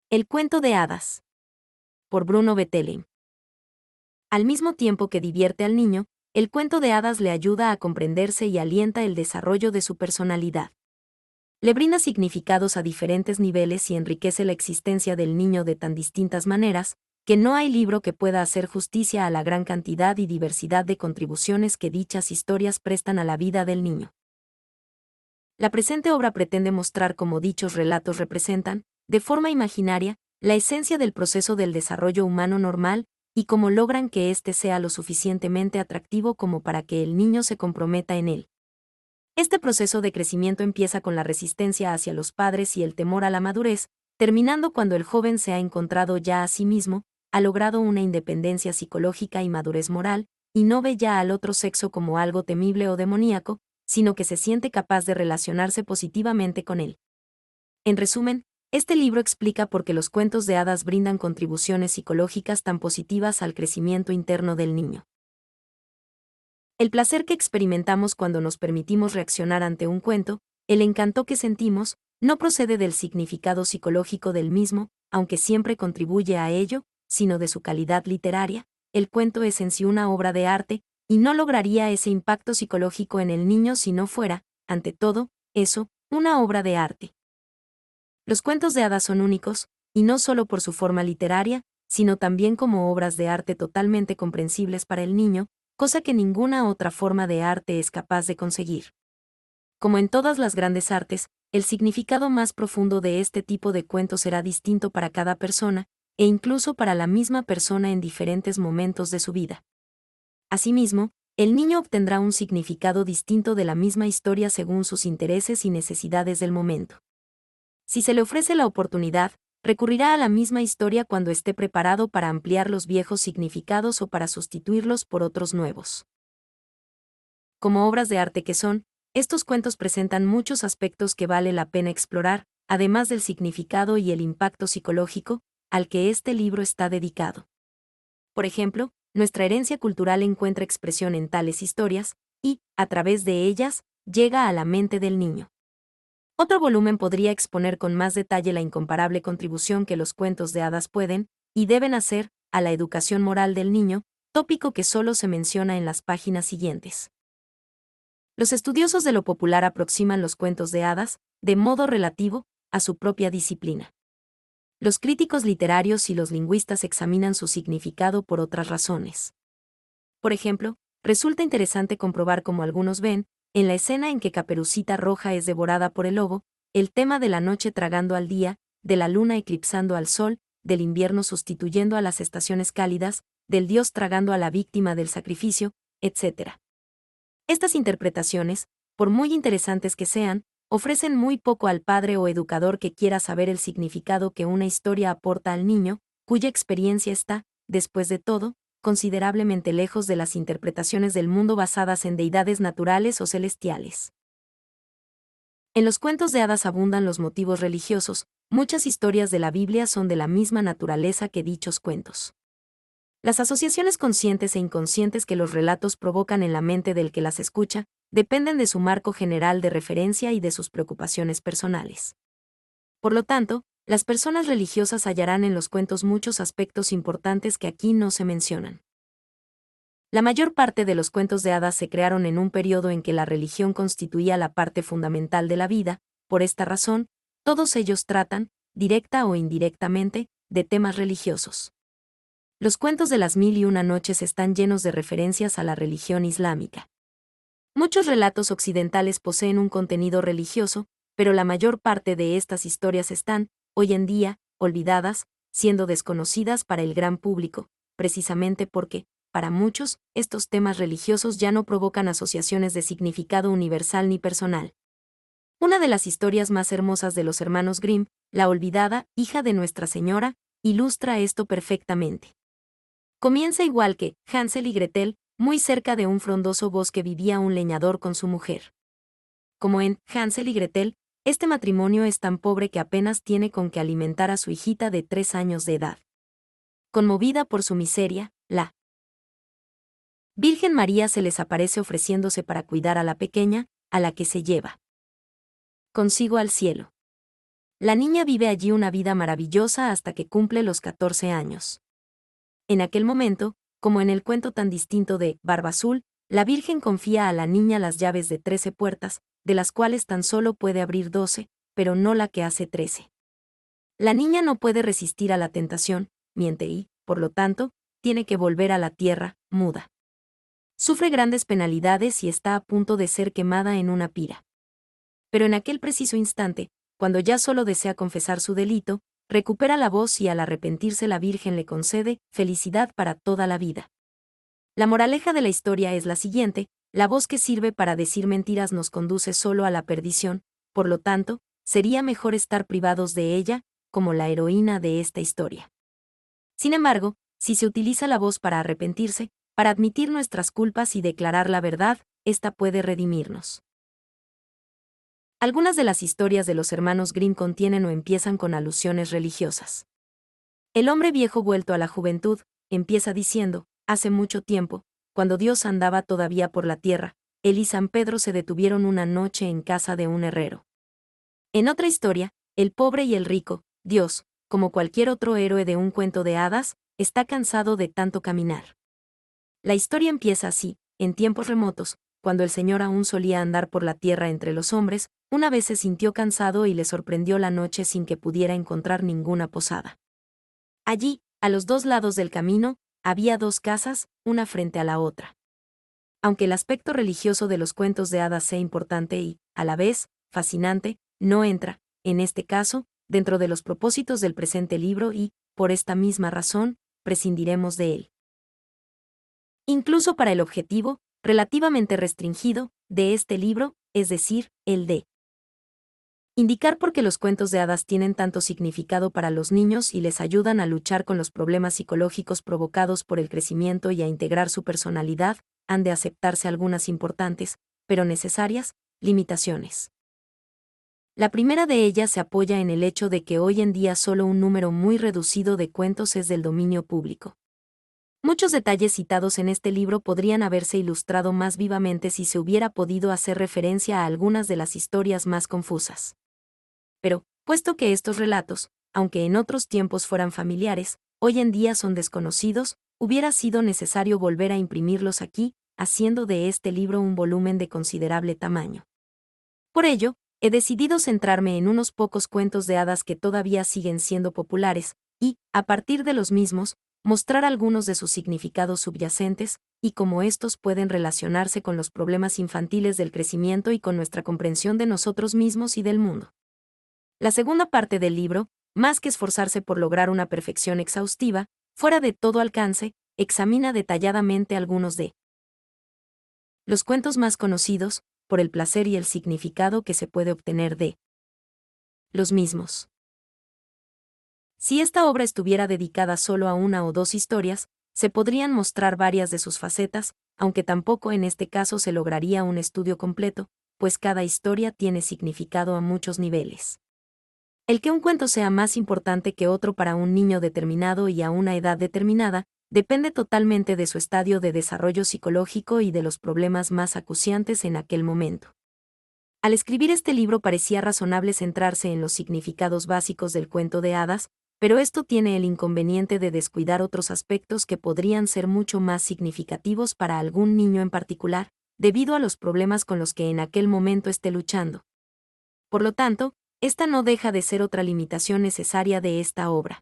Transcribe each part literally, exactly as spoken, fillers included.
El cuento de hadas. Por Bruno Bettelheim. Al mismo tiempo que divierte al niño, el cuento de hadas le ayuda a comprenderse y alienta el desarrollo de su personalidad. Le brinda significados a diferentes niveles y enriquece la existencia del niño de tan distintas maneras, que no hay libro que pueda hacer justicia a la gran cantidad y diversidad de contribuciones que dichas historias prestan a la vida del niño. La presente obra pretende mostrar cómo dichos relatos representan, de forma imaginaria, la esencia del proceso del desarrollo humano normal, y cómo logran que éste sea lo suficientemente atractivo como para que el niño se comprometa en él. Este proceso de crecimiento empieza con la resistencia hacia los padres y el temor a la madurez, terminando cuando el joven se ha encontrado ya a sí mismo, ha logrado una independencia psicológica y madurez moral, y no ve ya al otro sexo como algo temible o demoníaco, sino que se siente capaz de relacionarse positivamente con él. En resumen, este libro explica por qué los cuentos de hadas brindan contribuciones psicológicas tan positivas al crecimiento interno del niño. El placer que experimentamos cuando nos permitimos reaccionar ante un cuento, el encanto que sentimos, no procede del significado psicológico del mismo, aunque siempre contribuye a ello, sino de su calidad literaria. El cuento es en sí una obra de arte, y no lograría ese impacto psicológico en el niño si no fuera, ante todo, eso, una obra de arte. Los cuentos de hadas son únicos, y no solo por su forma literaria, sino también como obras de arte totalmente comprensibles para el niño, cosa que ninguna otra forma de arte es capaz de conseguir. Como en todas las grandes artes, el significado más profundo de este tipo de cuentos será distinto para cada persona, e incluso para la misma persona en diferentes momentos de su vida. Asimismo, el niño obtendrá un significado distinto de la misma historia según sus intereses y necesidades del momento. Si se le ofrece la oportunidad, recurrirá a la misma historia cuando esté preparado para ampliar los viejos significados o para sustituirlos por otros nuevos. Como obras de arte que son, estos cuentos presentan muchos aspectos que vale la pena explorar, además del significado y el impacto psicológico, al que este libro está dedicado. Por ejemplo, nuestra herencia cultural encuentra expresión en tales historias, y, a través de ellas, llega a la mente del niño. Otro volumen podría exponer con más detalle la incomparable contribución que los cuentos de hadas pueden, y deben hacer, a la educación moral del niño, tópico que solo se menciona en las páginas siguientes. Los estudiosos de lo popular aproximan los cuentos de hadas, de modo relativo, a su propia disciplina. Los críticos literarios y los lingüistas examinan su significado por otras razones. Por ejemplo, resulta interesante comprobar cómo algunos ven, en la escena en que Caperucita Roja es devorada por el lobo, el tema de la noche tragando al día, de la luna eclipsando al sol, del invierno sustituyendo a las estaciones cálidas, del dios tragando a la víctima del sacrificio, etcétera. Estas interpretaciones, por muy interesantes que sean, ofrecen muy poco al padre o educador que quiera saber el significado que una historia aporta al niño, cuya experiencia está, después de todo, considerablemente lejos de las interpretaciones del mundo basadas en deidades naturales o celestiales. En los cuentos de hadas abundan los motivos religiosos, muchas historias de la Biblia son de la misma naturaleza que dichos cuentos. Las asociaciones conscientes e inconscientes que los relatos provocan en la mente del que las escucha, dependen de su marco general de referencia y de sus preocupaciones personales. Por lo tanto, las personas religiosas hallarán en los cuentos muchos aspectos importantes que aquí no se mencionan. La mayor parte de los cuentos de hadas se crearon en un periodo en que la religión constituía la parte fundamental de la vida. Por esta razón, todos ellos tratan, directa o indirectamente, de temas religiosos. Los cuentos de las mil y una noches están llenos de referencias a la religión islámica. Muchos relatos occidentales poseen un contenido religioso, pero la mayor parte de estas historias están, hoy en día, olvidadas, siendo desconocidas para el gran público, precisamente porque, para muchos, estos temas religiosos ya no provocan asociaciones de significado universal ni personal. Una de las historias más hermosas de los hermanos Grimm, La olvidada, hija de Nuestra Señora, ilustra esto perfectamente. Comienza igual que Hansel y Gretel, muy cerca de un frondoso bosque vivía un leñador con su mujer. Como en Hansel y Gretel, este matrimonio es tan pobre que apenas tiene con qué alimentar a su hijita de tres años de edad. Conmovida por su miseria, la Virgen María se les aparece ofreciéndose para cuidar a la pequeña, a la que se lleva consigo al cielo. La niña vive allí una vida maravillosa hasta que cumple los catorce años. En aquel momento, como en el cuento tan distinto de Barba Azul, la Virgen confía a la niña las llaves de trece puertas, de las cuales tan solo puede abrir doce, pero no la que hace trece. La niña no puede resistir a la tentación, miente y, por lo tanto, tiene que volver a la tierra, muda. Sufre grandes penalidades y está a punto de ser quemada en una pira. Pero en aquel preciso instante, cuando ya solo desea confesar su delito, recupera la voz y al arrepentirse la Virgen le concede felicidad para toda la vida. La moraleja de la historia es la siguiente: la voz que sirve para decir mentiras nos conduce solo a la perdición, por lo tanto, sería mejor estar privados de ella, como la heroína de esta historia. Sin embargo, si se utiliza la voz para arrepentirse, para admitir nuestras culpas y declarar la verdad, ésta puede redimirnos. Algunas de las historias de los hermanos Grimm contienen o empiezan con alusiones religiosas. El hombre viejo vuelto a la juventud empieza diciendo: hace mucho tiempo, cuando Dios andaba todavía por la tierra, él y San Pedro se detuvieron una noche en casa de un herrero. En otra historia, el pobre y el rico, Dios, como cualquier otro héroe de un cuento de hadas, está cansado de tanto caminar. La historia empieza así: en tiempos remotos, cuando el Señor aún solía andar por la tierra entre los hombres, una vez se sintió cansado y le sorprendió la noche sin que pudiera encontrar ninguna posada. Allí, a los dos lados del camino, había dos casas, una frente a la otra. Aunque el aspecto religioso de los cuentos de hadas sea importante y, a la vez, fascinante, no entra, en este caso, dentro de los propósitos del presente libro y, por esta misma razón, prescindiremos de él. Incluso para el objetivo, relativamente restringido, de este libro, es decir, el de indicar por qué los cuentos de hadas tienen tanto significado para los niños y les ayudan a luchar con los problemas psicológicos provocados por el crecimiento y a integrar su personalidad, han de aceptarse algunas importantes, pero necesarias, limitaciones. La primera de ellas se apoya en el hecho de que hoy en día solo un número muy reducido de cuentos es del dominio público. Muchos detalles citados en este libro podrían haberse ilustrado más vivamente si se hubiera podido hacer referencia a algunas de las historias más confusas. Pero, puesto que estos relatos, aunque en otros tiempos fueran familiares, hoy en día son desconocidos, hubiera sido necesario volver a imprimirlos aquí, haciendo de este libro un volumen de considerable tamaño. Por ello, he decidido centrarme en unos pocos cuentos de hadas que todavía siguen siendo populares, y, a partir de los mismos, mostrar algunos de sus significados subyacentes, y cómo estos pueden relacionarse con los problemas infantiles del crecimiento y con nuestra comprensión de nosotros mismos y del mundo. La segunda parte del libro, más que esforzarse por lograr una perfección exhaustiva, fuera de todo alcance, examina detalladamente algunos de los cuentos más conocidos, por el placer y el significado que se puede obtener de los mismos. Si esta obra estuviera dedicada solo a una o dos historias, se podrían mostrar varias de sus facetas, aunque tampoco en este caso se lograría un estudio completo, pues cada historia tiene significado a muchos niveles. El que un cuento sea más importante que otro para un niño determinado y a una edad determinada, depende totalmente de su estadio de desarrollo psicológico y de los problemas más acuciantes en aquel momento. Al escribir este libro parecía razonable centrarse en los significados básicos del cuento de hadas, pero esto tiene el inconveniente de descuidar otros aspectos que podrían ser mucho más significativos para algún niño en particular, debido a los problemas con los que en aquel momento esté luchando. Por lo tanto, esta no deja de ser otra limitación necesaria de esta obra.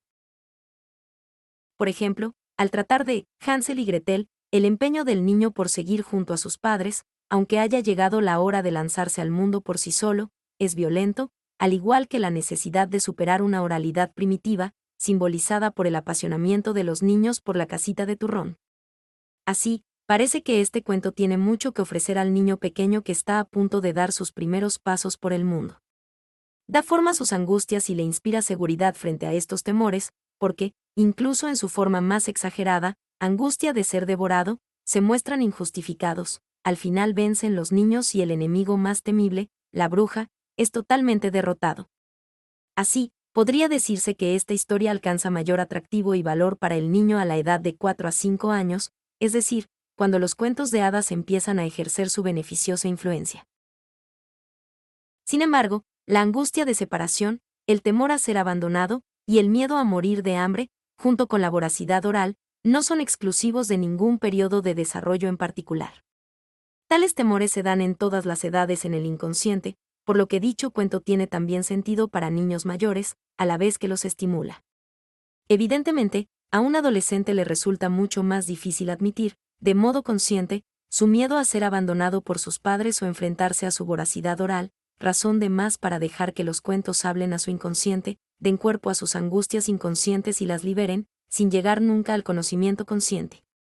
Por ejemplo, al tratar de Hansel y Gretel, el empeño del niño por seguir junto a sus padres, aunque haya llegado la hora de lanzarse al mundo por sí solo, es violento, al igual que la necesidad de superar una oralidad primitiva, simbolizada por el apasionamiento de los niños por la casita de turrón. Así, parece que este cuento tiene mucho que ofrecer al niño pequeño que está a punto de dar sus primeros pasos por el mundo. Da forma a sus angustias y le inspira seguridad frente a estos temores, porque, incluso en su forma más exagerada, angustia de ser devorado, se muestran injustificados. Al final vencen los niños y el enemigo más temible, la bruja, es totalmente derrotado. Así, podría decirse que esta historia alcanza mayor atractivo y valor para el niño a la edad de cuatro a cinco años, es decir, cuando los cuentos de hadas empiezan a ejercer su beneficiosa influencia. Sin embargo, la angustia de separación, el temor a ser abandonado y el miedo a morir de hambre, junto con la voracidad oral, no son exclusivos de ningún periodo de desarrollo en particular. Tales temores se dan en todas las edades en el inconsciente, por lo que dicho cuento tiene también sentido para niños mayores, a la vez que los estimula. Evidentemente, a un adolescente le resulta mucho más difícil admitir, de modo consciente, su miedo a ser abandonado por sus padres o enfrentarse a su voracidad oral, razón de más para dejar que los cuentos hablen a su inconsciente, den cuerpo a sus angustias inconscientes y las liberen, sin llegar nunca al conocimiento consciente.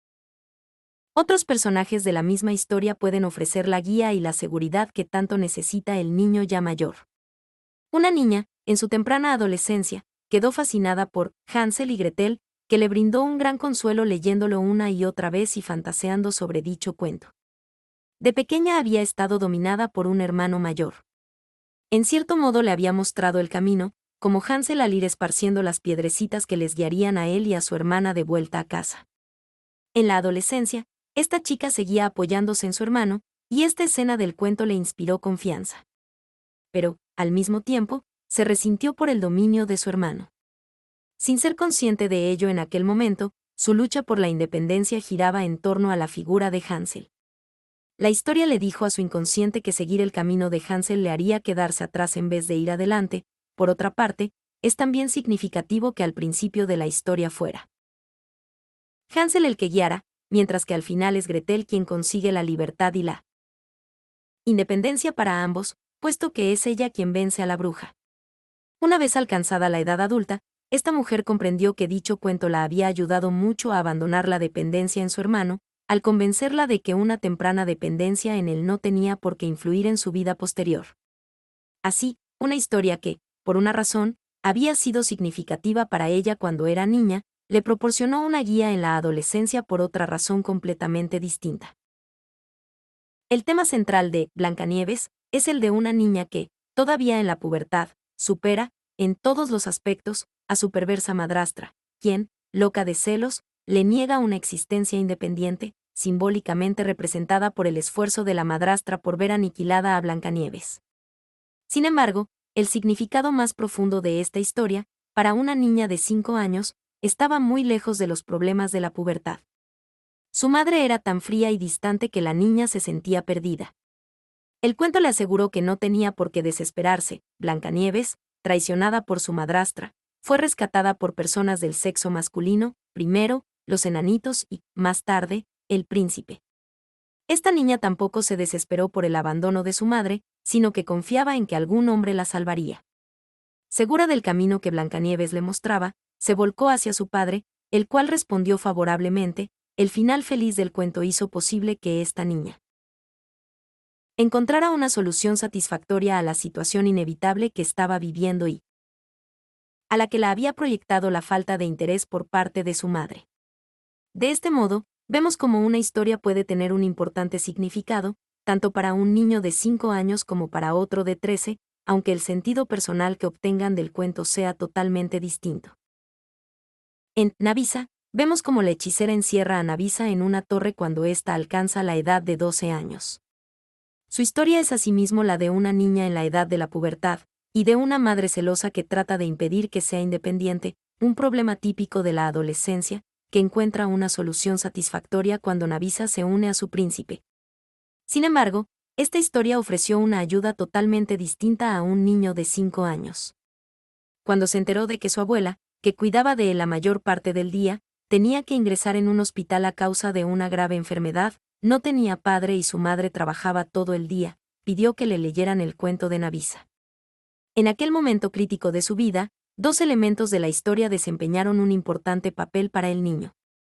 Otros personajes de la misma historia pueden ofrecer la guía y la seguridad que tanto necesita el niño ya mayor. Una niña, en su temprana adolescencia, quedó fascinada por Hansel y Gretel, que le brindó un gran consuelo leyéndolo una y otra vez y fantaseando sobre dicho cuento. De pequeña había estado dominada por un hermano mayor. En cierto modo le había mostrado el camino, como Hansel al ir esparciendo las piedrecitas que les guiarían a él y a su hermana de vuelta a casa. En la adolescencia, esta chica seguía apoyándose en su hermano, y esta escena del cuento le inspiró confianza. Pero, al mismo tiempo, se resintió por el dominio de su hermano. Sin ser consciente de ello en aquel momento, su lucha por la independencia giraba en torno a la figura de Hansel. La historia le dijo a su inconsciente que seguir el camino de Hansel le haría quedarse atrás en vez de ir adelante. Por otra parte, es también significativo que al principio de la historia fuera Hansel el que guiara, mientras que al final es Gretel quien consigue la libertad y la independencia para ambos, puesto que es ella quien vence a la bruja. Una vez alcanzada la edad adulta, esta mujer comprendió que dicho cuento la había ayudado mucho a abandonar la dependencia en su hermano, al convencerla de que una temprana dependencia en él no tenía por qué influir en su vida posterior. Así, una historia que, por una razón, había sido significativa para ella cuando era niña, le proporcionó una guía en la adolescencia por otra razón completamente distinta. El tema central de Blancanieves es el de una niña que, todavía en la pubertad, supera, en todos los aspectos, a su perversa madrastra, quien, loca de celos, le niega una existencia independiente, simbólicamente representada por el esfuerzo de la madrastra por ver aniquilada a Blancanieves. Sin embargo, el significado más profundo de esta historia, para una niña de cinco años, estaba muy lejos de los problemas de la pubertad. Su madre era tan fría y distante que la niña se sentía perdida. El cuento le aseguró que no tenía por qué desesperarse. Blancanieves, traicionada por su madrastra, fue rescatada por personas del sexo masculino, primero, los enanitos y, más tarde, el príncipe. Esta niña tampoco se desesperó por el abandono de su madre, sino que confiaba en que algún hombre la salvaría. Segura del camino que Blancanieves le mostraba, se volcó hacia su padre, el cual respondió favorablemente. El final feliz del cuento hizo posible que esta niña encontrara una solución satisfactoria a la situación inevitable que estaba viviendo y a la que la había proyectado la falta de interés por parte de su madre. De este modo, vemos cómo una historia puede tener un importante significado, tanto para un niño de cinco años como para otro de trece, aunque el sentido personal que obtengan del cuento sea totalmente distinto. En Navisa, vemos cómo la hechicera encierra a Navisa en una torre cuando ésta alcanza la edad de doce años. Su historia es asimismo la de una niña en la edad de la pubertad, y de una madre celosa que trata de impedir que sea independiente, un problema típico de la adolescencia, que encuentra una solución satisfactoria cuando Navisa se une a su príncipe. Sin embargo, esta historia ofreció una ayuda totalmente distinta a un niño de cinco años. Cuando se enteró de que su abuela, que cuidaba de él la mayor parte del día, tenía que ingresar en un hospital a causa de una grave enfermedad, no tenía padre y su madre trabajaba todo el día, pidió que le leyeran el cuento de Navisa. En aquel momento crítico de su vida, dos elementos de la historia desempeñaron un importante papel para el niño.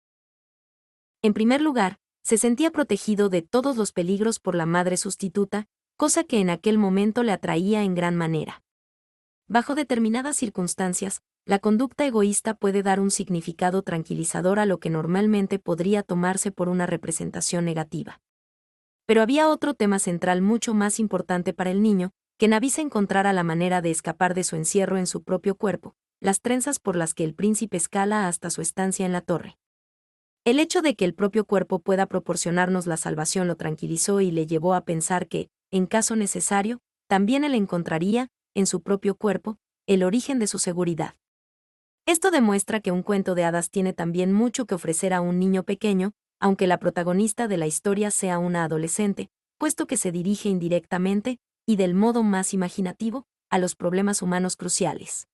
En primer lugar, se sentía protegido de todos los peligros por la madre sustituta, cosa que en aquel momento le atraía en gran manera. Bajo determinadas circunstancias, la conducta egoísta puede dar un significado tranquilizador a lo que normalmente podría tomarse por una representación negativa. Pero había otro tema central mucho más importante para el niño, que Navisa encontrara la manera de escapar de su encierro en su propio cuerpo, las trenzas por las que el príncipe escala hasta su estancia en la torre. El hecho de que el propio cuerpo pueda proporcionarnos la salvación lo tranquilizó y le llevó a pensar que, en caso necesario, también él encontraría, en su propio cuerpo, el origen de su seguridad. Esto demuestra que un cuento de hadas tiene también mucho que ofrecer a un niño pequeño, aunque la protagonista de la historia sea una adolescente, puesto que se dirige indirectamente, y del modo más imaginativo, a los problemas humanos cruciales.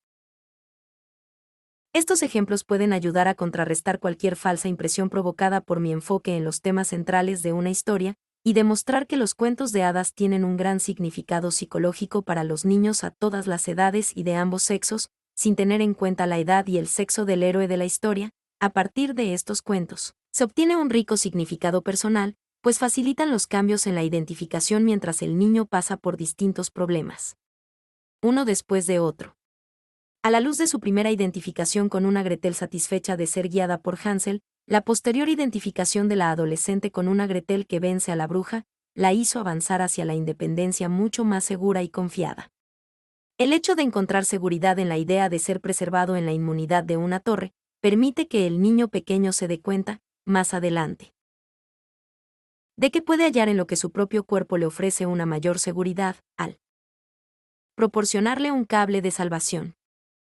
Estos ejemplos pueden ayudar a contrarrestar cualquier falsa impresión provocada por mi enfoque en los temas centrales de una historia, y demostrar que los cuentos de hadas tienen un gran significado psicológico para los niños a todas las edades y de ambos sexos, sin tener en cuenta la edad y el sexo del héroe de la historia. A partir de estos cuentos, se obtiene un rico significado personal, pues facilitan los cambios en la identificación mientras el niño pasa por distintos problemas, uno después de otro. A la luz de su primera identificación con una Gretel satisfecha de ser guiada por Hansel, la posterior identificación de la adolescente con una Gretel que vence a la bruja, la hizo avanzar hacia la independencia mucho más segura y confiada. El hecho de encontrar seguridad en la idea de ser preservado en la inmunidad de una torre, permite que el niño pequeño se dé cuenta, más adelante, de que puede hallar en lo que su propio cuerpo le ofrece una mayor seguridad, al proporcionarle un cable de salvación.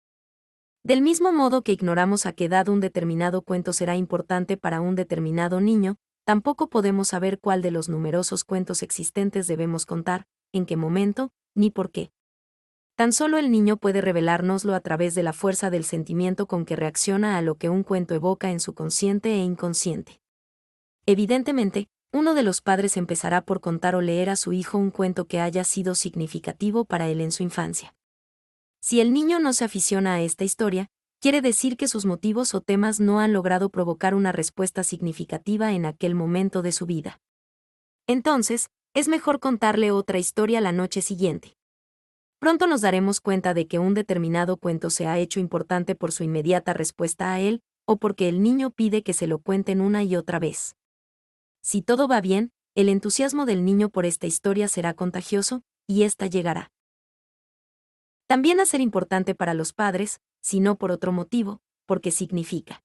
Del mismo modo que ignoramos a qué edad un determinado cuento será importante para un determinado niño, tampoco podemos saber cuál de los numerosos cuentos existentes debemos contar, en qué momento, ni por qué. Tan solo el niño puede revelárnoslo a través de la fuerza del sentimiento con que reacciona a lo que un cuento evoca en su consciente e inconsciente. Evidentemente, uno de los padres empezará por contar o leer a su hijo un cuento que haya sido significativo para él en su infancia. Si el niño no se aficiona a esta historia, quiere decir que sus motivos o temas no han logrado provocar una respuesta significativa en aquel momento de su vida. Entonces, es mejor contarle otra historia la noche siguiente. Pronto nos daremos cuenta de que un determinado cuento se ha hecho importante por su inmediata respuesta a él, o porque el niño pide que se lo cuenten una y otra vez. Si todo va bien, el entusiasmo del niño por esta historia será contagioso, y ésta llegará también a ser importante para los padres, si no por otro motivo, porque significa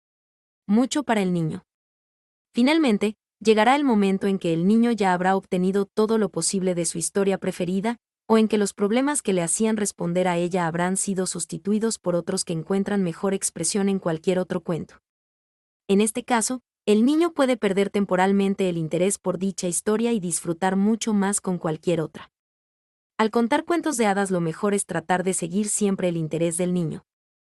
mucho para el niño. Finalmente, llegará el momento en que el niño ya habrá obtenido todo lo posible de su historia preferida, o en que los problemas que le hacían responder a ella habrán sido sustituidos por otros que encuentran mejor expresión en cualquier otro cuento. En este caso, el niño puede perder temporalmente el interés por dicha historia y disfrutar mucho más con cualquier otra. Al contar cuentos de hadas, lo mejor es tratar de seguir siempre el interés del niño.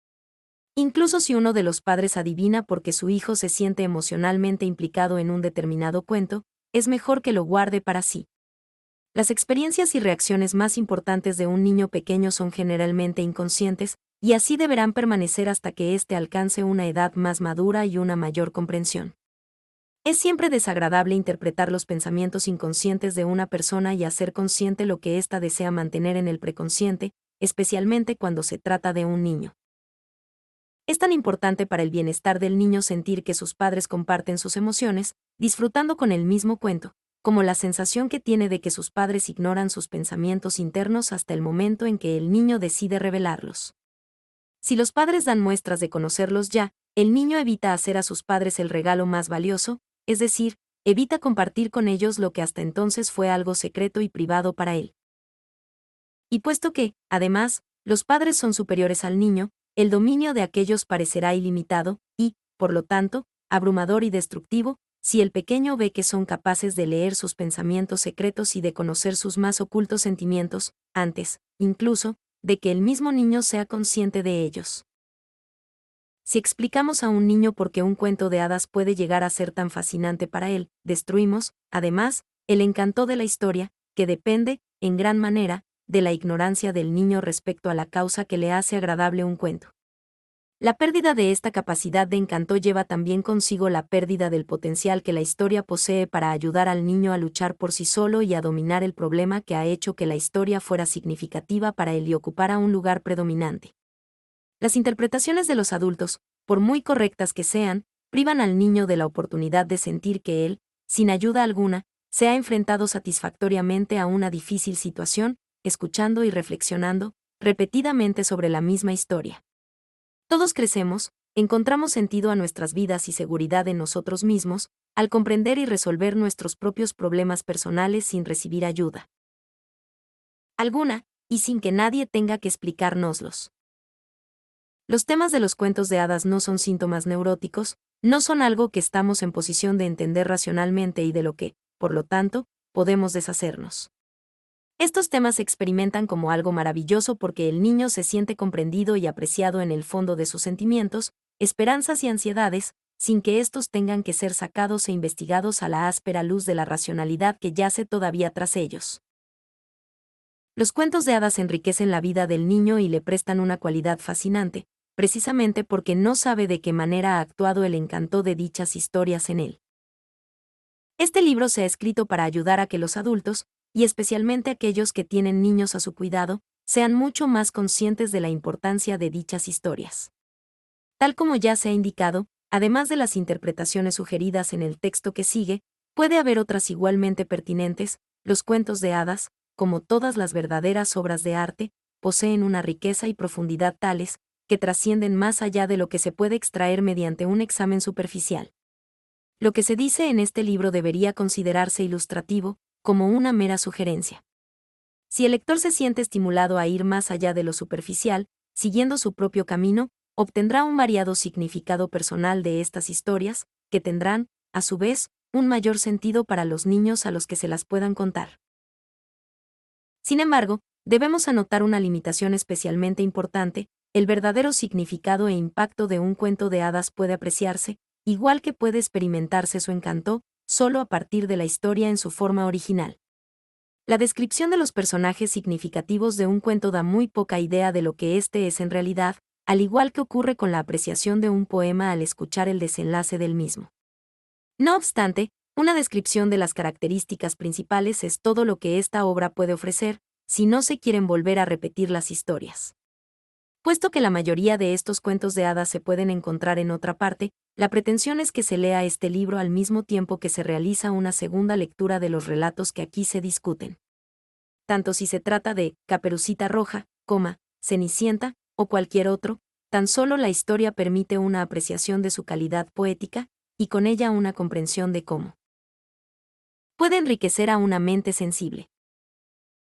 Incluso si uno de los padres adivina porque su hijo se siente emocionalmente implicado en un determinado cuento, es mejor que lo guarde para sí. Las experiencias y reacciones más importantes de un niño pequeño son generalmente inconscientes, y así deberán permanecer hasta que éste alcance una edad más madura y una mayor comprensión. Es siempre desagradable interpretar los pensamientos inconscientes de una persona y hacer consciente lo que ésta desea mantener en el preconsciente, especialmente cuando se trata de un niño. Es tan importante para el bienestar del niño sentir que sus padres comparten sus emociones, disfrutando con el mismo cuento, como la sensación que tiene de que sus padres ignoran sus pensamientos internos hasta el momento en que el niño decide revelarlos. Si los padres dan muestras de conocerlos ya, el niño evita hacer a sus padres el regalo más valioso, es decir, evita compartir con ellos lo que hasta entonces fue algo secreto y privado para él. Y puesto que, además, los padres son superiores al niño, el dominio de aquellos parecerá ilimitado, y, por lo tanto, abrumador y destructivo, si el pequeño ve que son capaces de leer sus pensamientos secretos y de conocer sus más ocultos sentimientos, antes, incluso, de que el mismo niño sea consciente de ellos. Si explicamos a un niño por qué un cuento de hadas puede llegar a ser tan fascinante para él, destruimos, además, el encanto de la historia, que depende, en gran manera, de la ignorancia del niño respecto a la causa que le hace agradable un cuento. La pérdida de esta capacidad de encanto lleva también consigo la pérdida del potencial que la historia posee para ayudar al niño a luchar por sí solo y a dominar el problema que ha hecho que la historia fuera significativa para él y ocupara un lugar predominante. Las interpretaciones de los adultos, por muy correctas que sean, privan al niño de la oportunidad de sentir que él, sin ayuda alguna, se ha enfrentado satisfactoriamente a una difícil situación, escuchando y reflexionando repetidamente sobre la misma historia. Todos crecemos, encontramos sentido a nuestras vidas y seguridad en nosotros mismos, al comprender y resolver nuestros propios problemas personales sin recibir ayuda alguna, y sin que nadie tenga que explicárnoslos. Los temas de los cuentos de hadas no son síntomas neuróticos, no son algo que estamos en posición de entender racionalmente y de lo que, por lo tanto, podemos deshacernos. Estos temas se experimentan como algo maravilloso porque el niño se siente comprendido y apreciado en el fondo de sus sentimientos, esperanzas y ansiedades, sin que estos tengan que ser sacados e investigados a la áspera luz de la racionalidad que yace todavía tras ellos. Los cuentos de hadas enriquecen la vida del niño y le prestan una cualidad fascinante, precisamente porque no sabe de qué manera ha actuado el encanto de dichas historias en él. Este libro se ha escrito para ayudar a que los adultos, y especialmente aquellos que tienen niños a su cuidado, sean mucho más conscientes de la importancia de dichas historias. Tal como ya se ha indicado, además de las interpretaciones sugeridas en el texto que sigue, puede haber otras igualmente pertinentes. Los cuentos de hadas, como todas las verdaderas obras de arte, poseen una riqueza y profundidad tales, que trascienden más allá de lo que se puede extraer mediante un examen superficial. Lo que se dice en este libro debería considerarse ilustrativo, como una mera sugerencia. Si el lector se siente estimulado a ir más allá de lo superficial, siguiendo su propio camino, obtendrá un variado significado personal de estas historias, que tendrán, a su vez, un mayor sentido para los niños a los que se las puedan contar. Sin embargo, debemos anotar una limitación especialmente importante: el verdadero significado e impacto de un cuento de hadas puede apreciarse, igual que puede experimentarse su encanto, solo a partir de la historia en su forma original. La descripción de los personajes significativos de un cuento da muy poca idea de lo que éste es en realidad, al igual que ocurre con la apreciación de un poema al escuchar el desenlace del mismo. No obstante, una descripción de las características principales es todo lo que esta obra puede ofrecer, si no se quieren volver a repetir las historias. Puesto que la mayoría de estos cuentos de hadas se pueden encontrar en otra parte, la pretensión es que se lea este libro al mismo tiempo que se realiza una segunda lectura de los relatos que aquí se discuten. Tanto si se trata de Caperucita Roja, coma, Cenicienta, o cualquier otro, tan solo la historia permite una apreciación de su calidad poética, y con ella una comprensión de cómo puede enriquecer a una mente sensible.